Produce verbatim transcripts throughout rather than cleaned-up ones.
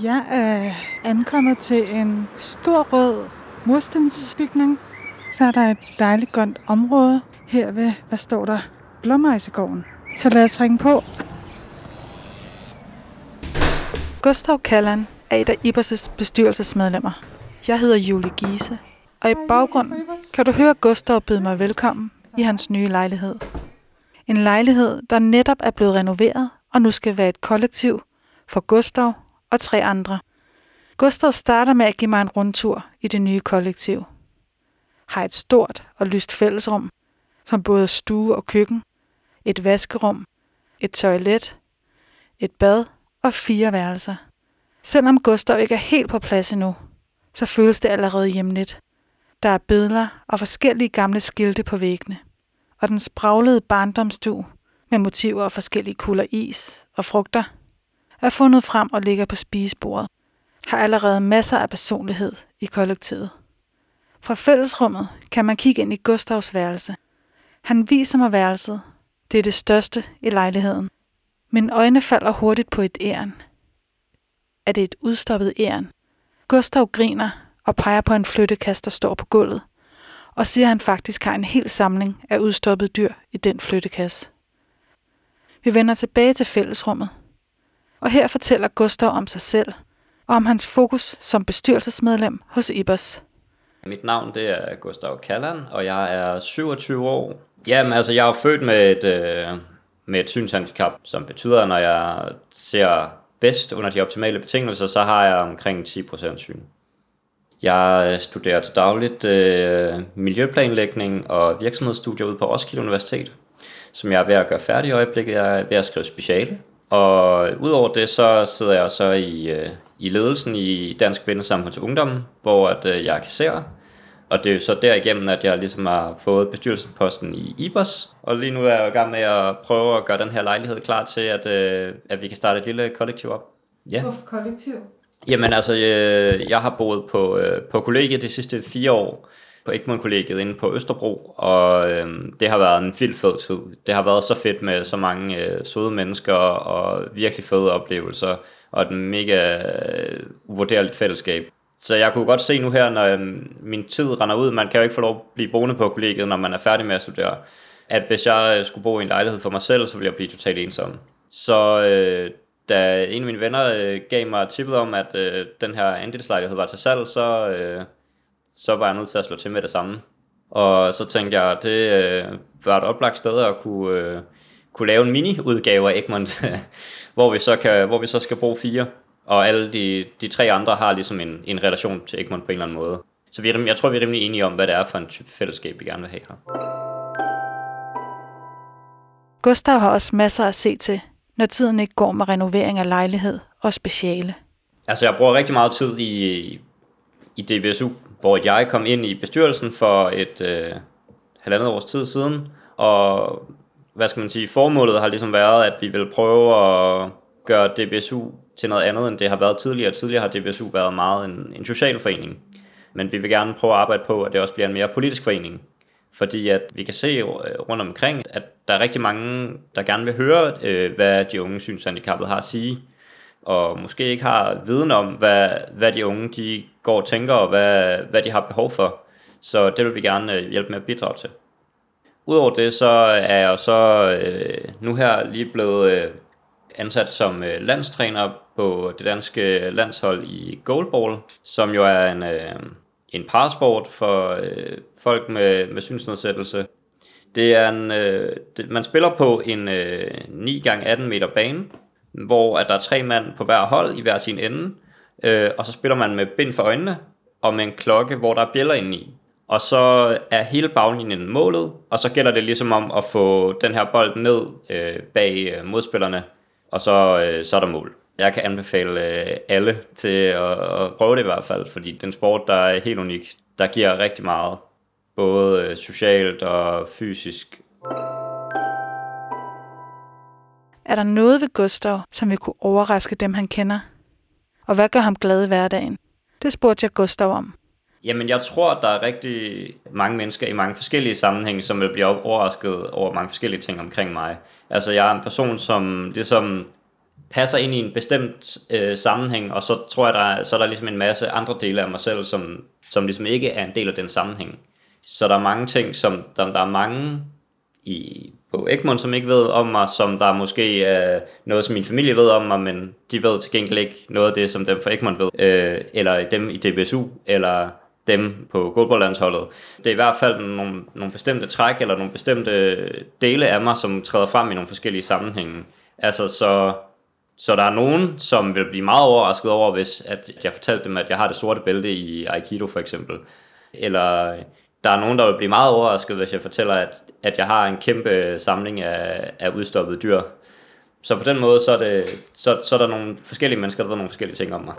Jeg er ankommet til en stor rød murstensbygning. Så er der et dejligt grønt område her ved, hvad står der? Blåmejsegården. Så lad os ringe på. Gustav Kallan er et af Ibers' bestyrelsesmedlemmer. Jeg hedder Julie Giese, og i baggrunden kan du høre Gustav byde mig velkommen i hans nye lejlighed. En lejlighed, der netop er blevet renoveret og nu skal være et kollektiv for Gustav og tre andre. Gustav starter med at give mig en rundtur i det nye kollektiv. Har et stort og lyst fællesrum, som både stue og køkken, et vaskerum, et toilet, et bad og fire værelser. Selvom Gustav ikke er helt på plads endnu, så føles det allerede hjemligt. Der er billeder og forskellige gamle skilte på væggene. Og den spraglede barndomsstue med motiver og forskellige kulder is og frugter er fundet frem og ligger på spisebordet. Har allerede masser af personlighed i kollektivet. Fra fællesrummet kan man kigge ind i Gustavs værelse. Han viser mig værelset. Det er det største i lejligheden. Mine øjne falder hurtigt på et æren. Er det et udstoppet æren? Gustav griner og peger på en flyttekasse, der står på gulvet, og siger, at han faktisk har en hel samling af udstoppede dyr i den flyttekasse. Vi vender tilbage til fællesrummet, og her fortæller Gustav om sig selv og om hans fokus som bestyrelsesmedlem hos Ibers. Mit navn det er Gustav Kallan, og jeg er syvogtyve år. Jamen altså, jeg er født med et, øh, med et synshandicap, som betyder, at når jeg ser bedst under de optimale betingelser, så har jeg omkring ti procent syn. Jeg studerer til dagligt øh, miljøplanlægning og virksomhedsstudier ude på Roskilde Universitet, som jeg er ved at gøre færdig i øjeblikket. Jeg er ved at skrive speciale. Og udover det, så sidder jeg så i, øh, i ledelsen i Dansk Blindesamfund til Ungdommen, hvor at, øh, jeg er kasserer. Og det er jo så derigennem, at jeg ligesom har fået bestyrelsesposten i Ibers. Og lige nu er jeg i gang med at prøve at gøre den her lejlighed klar til, at, øh, at vi kan starte et lille kollektiv op. Ja. Hvorfor kollektiv? Jamen altså, øh, jeg har boet på, øh, på kollegiet de sidste fire år, på Egmont-kollegiet inde på Østerbro, og øh, det har været en vildt fed tid. Det har været så fedt med så mange øh, søde mennesker og virkelig fede oplevelser, og et mega øh, uvurderligt fællesskab. Så jeg kunne godt se nu her, når øh, min tid render ud, man kan jo ikke få lov at blive boende på kollegiet, når man er færdig med at studere, at hvis jeg øh, skulle bo i en lejlighed for mig selv, så ville jeg blive totalt ensom. Så øh, da en af mine venner øh, gav mig tippet om, at øh, den her andelslejlighed var til salg, så, øh, så var jeg nødt til at slå til med det samme. Og så tænkte jeg, at det øh, var et oplagt sted at kunne, øh, kunne lave en mini-udgave af Egmont, hvor, vi så kan, hvor vi så skal bruge fire. Og alle de, de tre andre har ligesom en, en relation til Egmont på en eller anden måde. Så vi, jeg tror, vi er rimelig enige om, hvad det er for en type fællesskab, vi gerne vil have her. Gustav har også masser at se til, når tiden ikke går med renovering af lejlighed og speciale. Altså, jeg bruger rigtig meget tid i, i D B S U, hvor jeg kom ind i bestyrelsen for et øh, halvandet års tid siden. Og hvad skal man sige, formålet har ligesom været, at vi vil prøve at gøre D B S U til noget andet, end det har været tidligere. Tidligere har D B S U været meget en, en social forening. Men vi vil gerne prøve at arbejde på, at det også bliver en mere politisk forening. Fordi at vi kan se rundt omkring, at der er rigtig mange, der gerne vil høre, øh, hvad de unge synshandicappede har at sige. Og måske ikke har viden om, hvad, hvad de unge de går og tænker, og hvad, hvad de har behov for. Så det vil vi gerne øh, hjælpe med at bidrage til. Udover det, så er jeg så øh, nu her lige blevet øh, ansat som øh, landstræner på det danske landshold i goalball, som jo er en... Øh, en parasport for øh, folk med, med synsnedsættelse. Det er en, øh, det, man spiller på en øh, ni gange atten meter bane, hvor at der er tre mand på hver hold i hver sin ende, øh, og så spiller man med bind for øjnene, og med en klokke, hvor der er bjælder inde i. Og så er hele baglinjen målet, og så gælder det ligesom om at få den her bold ned øh, bag øh, modspillerne, og så, øh, så er der mål. Jeg kan anbefale øh, alle til at, at prøve det i hvert fald, fordi det er en sport, der er helt unik. Der giver rigtig meget, både øh, socialt og fysisk. Er der noget ved Gustav, som vil kunne overraske dem, han kender? Og hvad gør ham glad i hverdagen? Det spurgte jeg Gustav om. Jamen, jeg tror, at der er rigtig mange mennesker i mange forskellige sammenhænge, som vil blive overrasket over mange forskellige ting omkring mig. Altså, jeg er en person, som ligesom passer ind i en bestemt øh, sammenhæng, og så tror jeg, der er, så er der ligesom en masse andre dele af mig selv, som, som ligesom ikke er en del af den sammenhæng. Så der er mange ting, som der, der er mange i, på Egmont, som ikke ved om mig, som der måske er noget, som min familie ved om mig, men de ved til gengæld ikke noget af det, som dem fra Egmont ved, øh, eller dem i D B S U, eller dem på goalballlandsholdet. Det er i hvert fald nogle, nogle bestemte træk, eller nogle bestemte dele af mig, som træder frem i nogle forskellige sammenhænge. Altså så... Så der er nogen, som vil blive meget overrasket over, hvis at jeg fortalte dem, at jeg har det sorte bælte i Aikido for eksempel. Eller der er nogen, der vil blive meget overrasket, hvis jeg fortæller, at, at jeg har en kæmpe samling af, af udstoppede dyr. Så på den måde, så er, det, så, så er der nogle forskellige mennesker, der ved nogle forskellige ting om mig.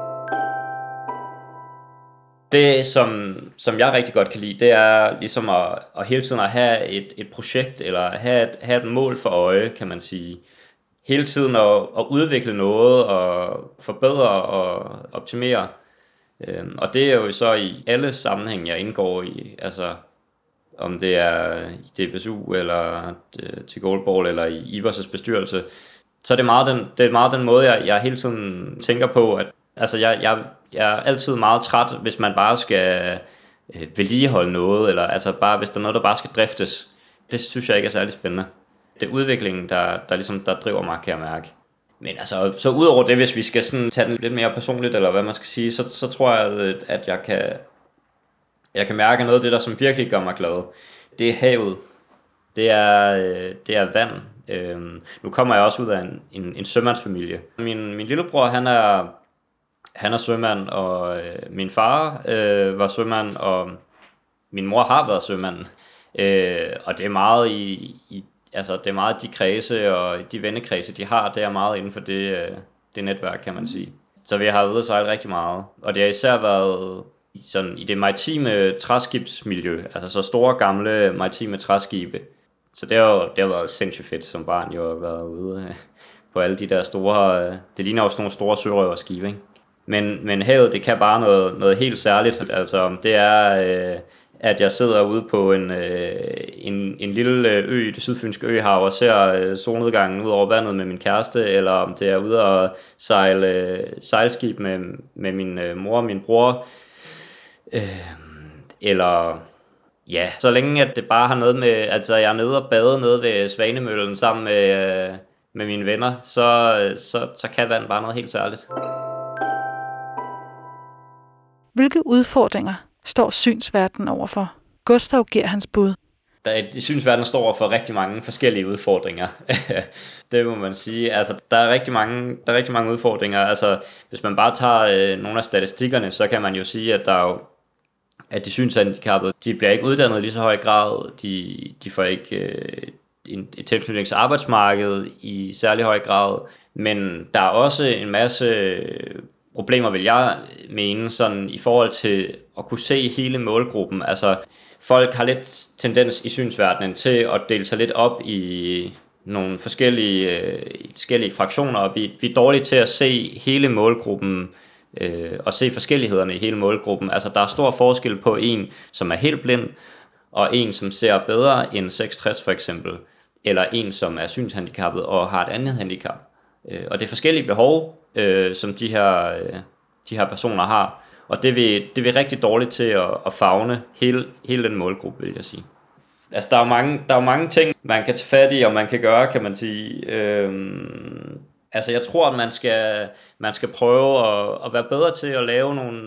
Det, som, som jeg rigtig godt kan lide, det er ligesom at, at hele tiden at have et, et projekt, eller have et, have et mål for øje, kan man sige. Hele tiden at, at udvikle noget og forbedre og optimere. Øhm, og det er jo så i alle sammenhænge, jeg indgår i. Altså om det er i D B S U eller til goalball eller i I B A S' bestyrelse. Så er det meget den, det er meget den måde, jeg, jeg hele tiden tænker på. At, altså jeg, jeg, jeg er altid meget træt, hvis man bare skal øh, vedligeholde noget. Eller altså bare hvis der er noget, der bare skal driftes. Det synes jeg ikke er særlig spændende. Det er udviklingen, der, der, ligesom, der driver mig, kan jeg mærke. Men altså, så udover det, hvis vi skal sådan tage den lidt mere personligt, eller hvad man skal sige, så, så tror jeg, at jeg kan, jeg kan mærke noget af det, der som virkelig gør mig glad. Det er havet. Det er, det er vand. Øhm, nu kommer jeg også ud af en, en, en sømandsfamilie. Min, min lillebror, han er, han er sømand, og øh, min far øh, var sømand, og min mor har været sømand. Øh, og det er meget i... i Altså det er meget de kredse og de vennekredse de har, det er meget inden for det, det netværk, kan man sige. Så vi har været ude at sejle rigtig meget. Og det har især været sådan i det maritime træskibsmiljø, altså så store gamle maritime træskibe. Så det har, det har været sindssygt fedt som barn jo at være ude på alle de der store, det ligner også nogle store sørøverskibe, ikke? Men, men havet, det kan bare noget, noget helt særligt. Altså det er... Øh, at jeg sidder ude på en, øh, en, en lille ø i det sydfynske øhav og ser øh, solnedgangen ud over vandet med min kæreste, eller om det er ude og sejle øh, sejlskib med, med min øh, mor og min bror, øh, eller ja, så længe at det bare har noget med, altså jeg er nede og bade nede ved Svanemøllen sammen med, øh, med mine venner, så, så, så kan vand bare noget helt særligt. Hvilke udfordringer står synsverdenen overfor? Gustav giver hans bud. Der er, synsverdenen står overfor rigtig mange forskellige udfordringer. Det må man sige. Altså, der er rigtig mange, der er rigtig mange udfordringer. Altså, hvis man bare tager øh, nogle af statistikkerne, så kan man jo sige, at der er jo, at de synshandicappede, de bliver ikke uddannet i lige så høj grad. De, de får ikke øh, en, et tilknytning til arbejdsmarkedet i særlig høj grad. Men der er også en masse problemer, vil jeg mene, sådan i forhold til at kunne se hele målgruppen. Altså, folk har lidt tendens i synsverdenen til at dele sig lidt op i nogle forskellige, øh, forskellige fraktioner, og vi, vi er dårlige til at se hele målgruppen, øh, og se forskellighederne i hele målgruppen. Altså, der er stor forskel på en, som er helt blind, og en, som ser bedre end seks tres for eksempel, eller en, som er synshandicappet og har et andet handicap. Øh, og det er forskellige behov, øh, som de her, øh, de her personer har. Og det er vi, det er vi rigtig dårligt til at, at favne hele, hele den målgruppe, vil jeg sige. Altså, der er jo mange, der er jo mange ting, man kan tage fat i, og man kan gøre, kan man sige. Øhm, altså, jeg tror, at man skal, man skal prøve at, at være bedre til at lave nogle,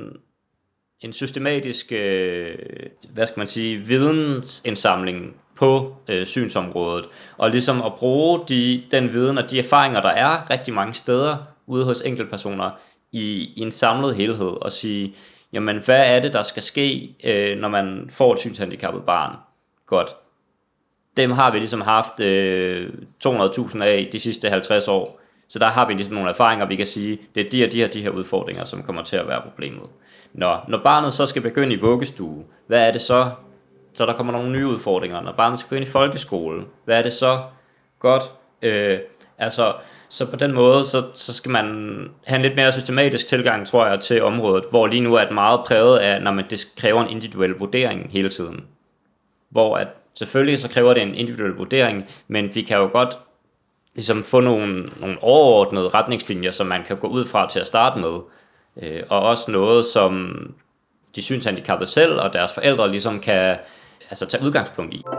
en systematisk, øh, hvad skal man sige, vidensindsamling på øh, synsområdet. Og ligesom at bruge de, den viden og de erfaringer, der er rigtig mange steder ude hos enkeltpersoner, I, i en samlet helhed og sige, jamen hvad er det, der skal ske, øh, når man får et synshandicappet barn? Godt. Dem har vi ligesom haft øh, to hundrede tusind af de sidste halvtreds år. Så der har vi ligesom nogle erfaringer, vi kan sige, det er de og de her, de her udfordringer, som kommer til at være problemet. Nå, når barnet så skal begynde i vuggestue, hvad er det så? Så der kommer nogle nye udfordringer. Når barnet skal begynde i folkeskole, hvad er det så? Godt. Øh, altså... Så på den måde, så, så skal man have en lidt mere systematisk tilgang, tror jeg, til området, hvor lige nu er det meget præget af, når man det kræver en individuel vurdering hele tiden. Hvor at selvfølgelig så kræver det en individuel vurdering, men vi kan jo godt ligesom få nogle, nogle overordnede retningslinjer, som man kan gå ud fra til at starte med. Øh, og også noget, som de synshandicappede selv og deres forældre ligesom kan altså, tage udgangspunkt i.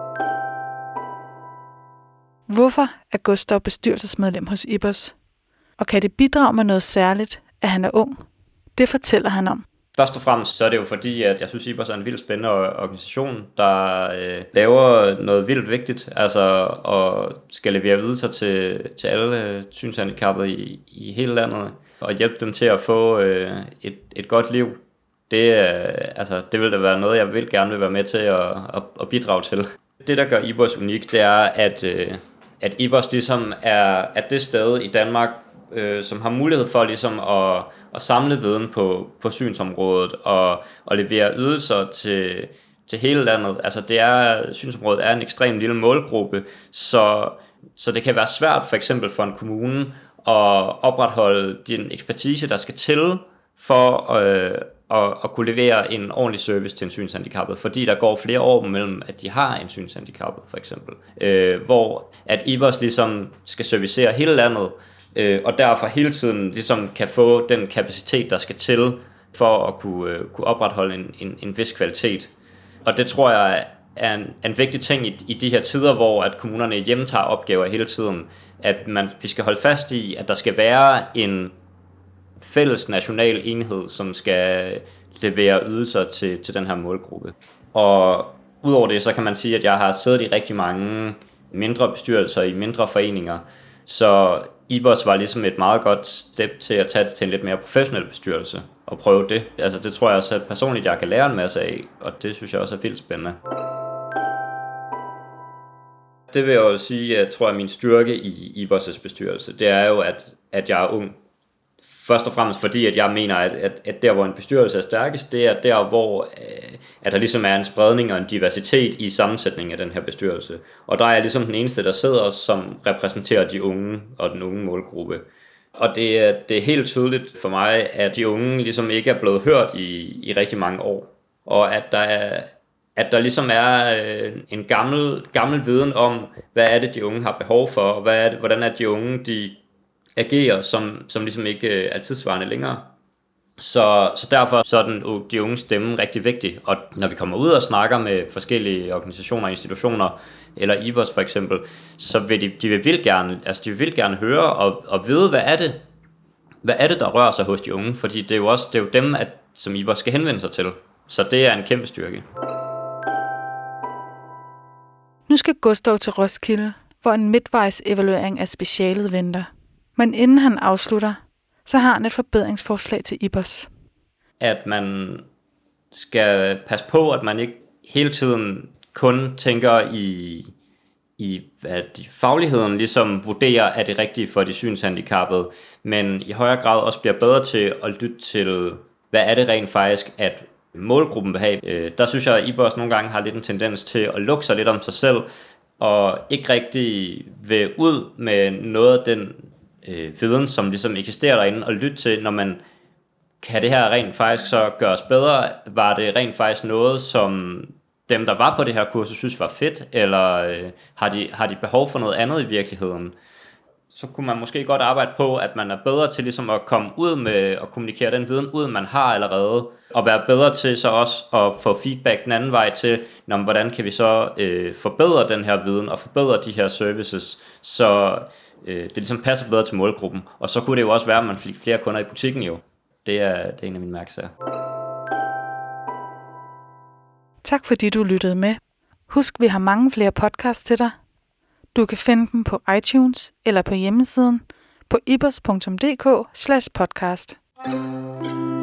Hvorfor er Gustav bestyrelsesmedlem hos I B O S? Og kan det bidrage med noget særligt, at han er ung? Det fortæller han om. Først og fremmest så er det jo fordi, at jeg synes, I B O S er en vildt spændende organisation, der øh, laver noget vildt vigtigt, altså og skal levere ydelser til, til alle synshandicappede i, i hele landet, og hjælpe dem til at få øh, et, et godt liv. Det, øh, altså, det vil da være noget, jeg vil gerne vil være med til at, at, at bidrage til. Det, der gør I B O S unik, det er, at, øh, at I B O S ligesom er, er det sted i Danmark, øh, som har mulighed for ligesom at, at samle viden på, på synsområdet og, og levere ydelser til, til hele landet. Altså det er, synsområdet er en ekstremt lille målgruppe, så, så det kan være svært for eksempel for en kommune at opretholde den ekspertise, der skal til for øh, at, at kunne levere en ordentlig service til en synshandicappet, fordi der går flere år mellem, at de har en synshandicappet for eksempel, øh, hvor at I B O S ligesom skal servicere hele landet, øh, og derfor hele tiden ligesom kan få den kapacitet, der skal til for at kunne, øh, kunne opretholde en, en, en vis kvalitet. Og det tror jeg er en, en vigtig ting i, i de her tider, hvor at kommunerne hjemtager opgaver hele tiden, at man, vi skal holde fast i, at der skal være en fælles national enhed, som skal levere ydelser til, til den her målgruppe. Og udover det, så kan man sige, at jeg har siddet i rigtig mange mindre bestyrelser i mindre foreninger, så I B O S var ligesom et meget godt step til at tage det til en lidt mere professionel bestyrelse og prøve det. Altså det tror jeg også at personligt, jeg kan lære en masse af, og det synes jeg også er vildt spændende. Det vil jeg jo sige, at jeg tror, at min styrke i I B O S' bestyrelse, det er jo, at, at jeg er ung. Først og fremmest fordi, at jeg mener, at, at, at der, hvor en bestyrelse er stærkest, det er der, hvor øh, at der ligesom er en spredning og en diversitet i sammensætningen af den her bestyrelse. Og der er jeg ligesom den eneste, der sidder, som repræsenterer de unge og den unge målgruppe. Og det er, det er helt tydeligt for mig, at de unge ligesom ikke er blevet hørt i, i rigtig mange år. Og at der er, at der ligesom er øh, en gammel, gammel viden om, hvad er det, de unge har behov for, og hvad er det, hvordan er de unge, de agerer, som, som ligesom ikke er tidsvarende længere. Så, så derfor så er den, de unge stemme rigtig vigtig. Og når vi kommer ud og snakker med forskellige organisationer og institutioner, eller I B O S for eksempel, så vil de, de vil vildt gerne, altså de vil vildt gerne høre og, og vide, hvad er det, hvad er det, der rører sig hos de unge, fordi det er jo også det er jo dem, at, som I B O S skal henvende sig til. Så det er en kæmpe styrke. Nu skal Gustav til Roskilde, hvor en midtvejs evaluering af specialet venter. Men inden han afslutter, så har han et forbedringsforslag til I B O S. At man skal passe på, at man ikke hele tiden kun tænker i, i at fagligheden ligesom vurderer, er det rigtige for de synshandicappede, men i højere grad også bliver bedre til at lytte til, hvad er det rent faktisk, at målgruppen vil have. Der synes jeg, at I B O S nogle gange har lidt en tendens til at lukke sig lidt om sig selv, og ikke rigtig vil ud med noget af den øh, viden, som ligesom eksisterer derinde, og lytte til, når man kan det her rent faktisk så gøres bedre, var det rent faktisk noget, som dem, der var på det her kursus, synes var fedt, eller øh, har, de, har de behov for noget andet i virkeligheden? Så kunne man måske godt arbejde på, at man er bedre til ligesom at komme ud med at kommunikere den viden ud, man har allerede, og være bedre til så også at få feedback den anden vej til, når, hvordan kan vi så øh, forbedre den her viden og forbedre de her services, så øh, det ligesom passer bedre til målgruppen. Og så kunne det jo også være, at man fik flere kunder i butikken jo. Det er, det er en af mine mærkesager. Tak fordi du lyttede med. Husk, vi har mange flere podcasts til dig. Du kan finde dem på iTunes eller på hjemmesiden på ibos punktum d k slash podcast.